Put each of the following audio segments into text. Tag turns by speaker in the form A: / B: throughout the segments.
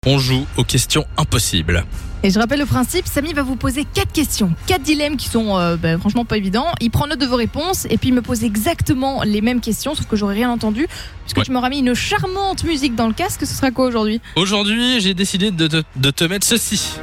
A: On joue aux questions impossibles.
B: Et je rappelle le principe, Samy va vous poser 4 questions, 4 dilemmes qui sont franchement pas évidents. Il prend note de vos réponses et puis il me pose exactement les mêmes questions, sauf que j'aurais rien entendu, puisque tu m'auras mis une charmante musique dans le casque. Ce sera quoi aujourd'hui ?
A: Aujourd'hui, j'ai décidé de te mettre ceci.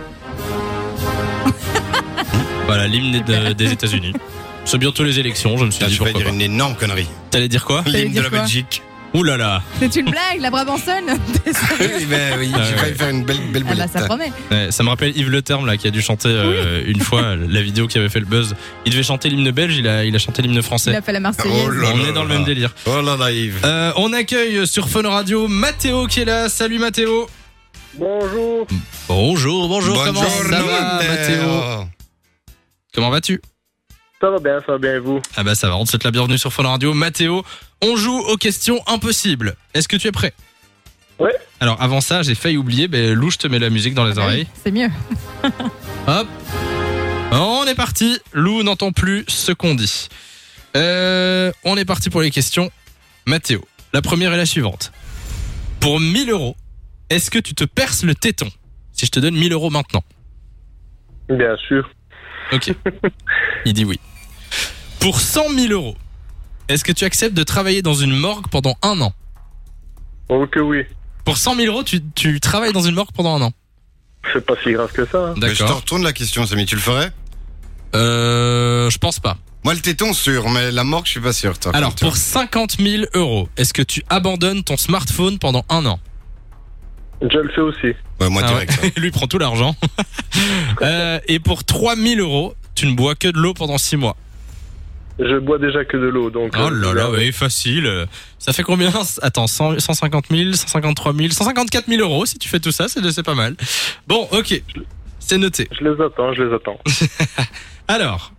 A: Voilà, l'hymne des États-Unis. C'est bientôt les élections, je me suis dit
C: Je vais
A: pourquoi
C: dire
A: pas.
C: une énorme connerie.
A: T'allais dire quoi ?
C: L'hymne de la
B: quoi
C: Belgique.
A: Ouh là là.
B: C'est une blague, la Brabançonne ?
C: Oui, j'ai failli faire une belle
B: Ah bah
C: boulette.
B: ça promet.
A: Ouais, ça me rappelle Yves Le Terme là, qui a dû chanter une fois la vidéo qui avait fait le buzz. Il devait chanter l'hymne belge, il a chanté l'hymne
B: Il
A: français.
B: a fait la Marseillaise.
C: Oh là
A: On
C: là
A: est dans le
C: là.
A: même délire.
C: Oh là là, Yves.
A: On accueille sur Fun Radio Mathéo qui est là. Salut Mathéo.
D: Bonjour,
A: Bonjour, comment ça va Mathéo ? Comment vas-tu ?
D: ça va bien et vous ?
A: Ah bah ça va, on te souhaite la bienvenue sur Fun Radio. Mathéo, on joue aux questions impossibles. Est-ce que tu es prêt ?
D: Ouais.
A: Alors avant ça, j'ai failli oublier, Lou, je te mets la musique dans les oreilles.
B: C'est mieux.
A: Hop. On est parti. Lou n'entend plus ce qu'on dit. On est parti pour les questions. Mathéo, la première est la suivante. Pour 1000 €, est-ce que tu te perces le téton si je te donne 1000 € maintenant ?
D: Bien sûr.
A: Ok. Il dit oui. Pour 100 000 €, est-ce que tu acceptes de travailler dans une morgue pendant 1 an ?
D: Oh que oui,
A: Pour 100 000 €, tu travailles dans une morgue pendant 1 an.
D: c'est pas si grave que ça. Hein.
C: Mais je te
A: D'accord.
C: retourne la question, Samy, tu le ferais ?
A: Je pense pas.
C: Moi, le téton, sûr, mais la morgue, je suis pas sûr. Toi,
A: Alors,
C: comme toi.
A: pour 50 000 €, est-ce que tu abandonnes ton smartphone pendant 1 an ?
D: Je le fais aussi.
C: Ouais, moi,
A: Ah
C: direct.
A: ouais. Lui prend tout l'argent. Et pour 3 000 €, tu ne bois que de l'eau pendant 6 mois.
D: Je bois déjà que de l'eau, donc...
A: Oh là là, oui, facile. Ça fait combien ? Attends, 150 000, 153 000, 154 000 € si tu fais tout ça, c'est pas mal. Bon, ok, c'est noté.
D: Je les attends.
A: Alors,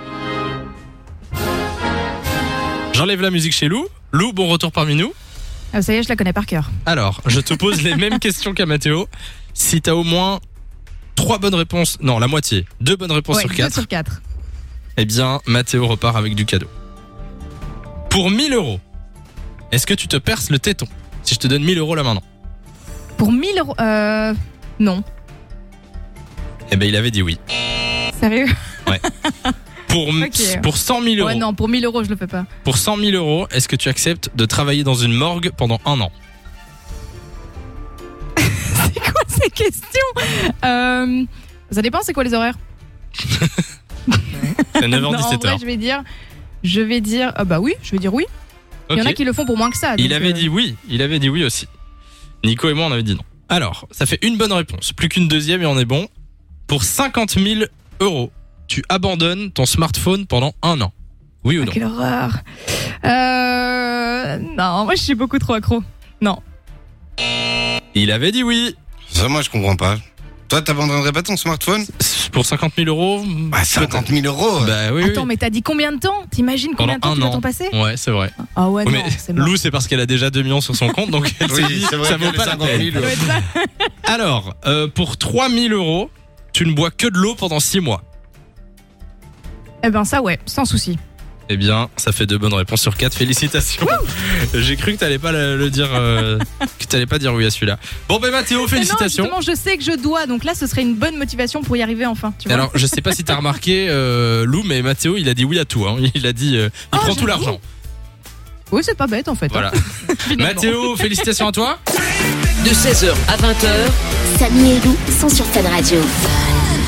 A: j'enlève la musique chez Lou. Lou, bon retour parmi nous.
B: Ah, ça y est, je la connais par cœur.
A: Alors, je te pose les mêmes questions qu'à Mathéo. Si t'as au moins 3 bonnes réponses, non, la moitié, 2 bonnes réponses sur
B: 2
A: 4,
B: sur 4.
A: eh bien, Mathéo repart avec du cadeau. Pour 1000 €, est-ce que tu te perces le téton si je te donne 1000 € là maintenant ?
B: Pour 1000 €, non.
A: Eh ben, il avait dit oui.
B: Sérieux ?
A: Pour 100 000 €,
B: Ouais, non, pour 1000 € je le fais pas.
A: pour 100 000 €, est-ce que tu acceptes de travailler dans une morgue pendant 1 an ?
B: C'est quoi ces questions ? Ça dépend, c'est quoi les horaires ?
A: C'est 9h,
B: Non, en
A: 17h.
B: vrai, je vais dire, bah oui, je vais dire oui. Il y en a
A: Ok.
B: qui le font pour moins que ça.
A: Il
B: donc,
A: avait dit oui, aussi. Nico et moi, on avait dit non. Alors, ça fait une bonne réponse, plus qu'une deuxième et on est bon. Pour 50 000 €, tu abandonnes ton smartphone pendant 1 an. Oui ou
B: Ah,
A: non ?
B: quelle horreur. Non, moi je suis beaucoup trop accro. Non.
A: Il avait dit oui.
C: Ça, moi, je comprends pas. Toi, t'abandonnerais pas ton smartphone ?
A: Pour 50 000 €.
C: Bah, 50 000 €.
A: Bah oui,
B: Attends, mais t'as dit combien de temps ? T'imagines combien de temps
A: Pendant
B: tu
A: un
B: vas t'en
A: an.
B: passer ?
A: Ouais, c'est vrai.
B: Ah ouais,
A: Oui,
B: non,
A: mais
B: c'est mort.
A: Lou, c'est parce qu'elle a déjà 2 millions sur son compte, donc elle s'est
C: Oui,
A: dit,
C: c'est vrai
A: ça
C: que
A: vaut
C: les
A: pas la
C: 50 000
A: peine.
B: Ça doit être ça.
A: Alors, pour 3 000 €, tu ne bois que de l'eau pendant 6 mois.
B: Eh ben ça ouais, sans souci.
A: Eh bien, ça fait 2 bonnes réponses sur 4. Félicitations. J'ai cru que t'allais pas le dire, que t'allais pas dire oui à celui-là. Bon ben Mathéo,
B: Mais non,
A: félicitations.
B: justement, je sais que je dois, donc là ce serait une bonne motivation pour y arriver enfin. Tu vois.
A: Alors, je sais pas si t'as remarqué, Lou, mais Mathéo, il a dit oui à tout. Hein. Il a dit, il prend tout
B: j'avoue.
A: l'argent.
B: Oui, c'est pas bête en fait.
A: Voilà.
B: hein, finalement.
A: Mathéo, félicitations à toi.
E: De 16h à 20h,
F: Samy et Lou sont sur Fun Radio.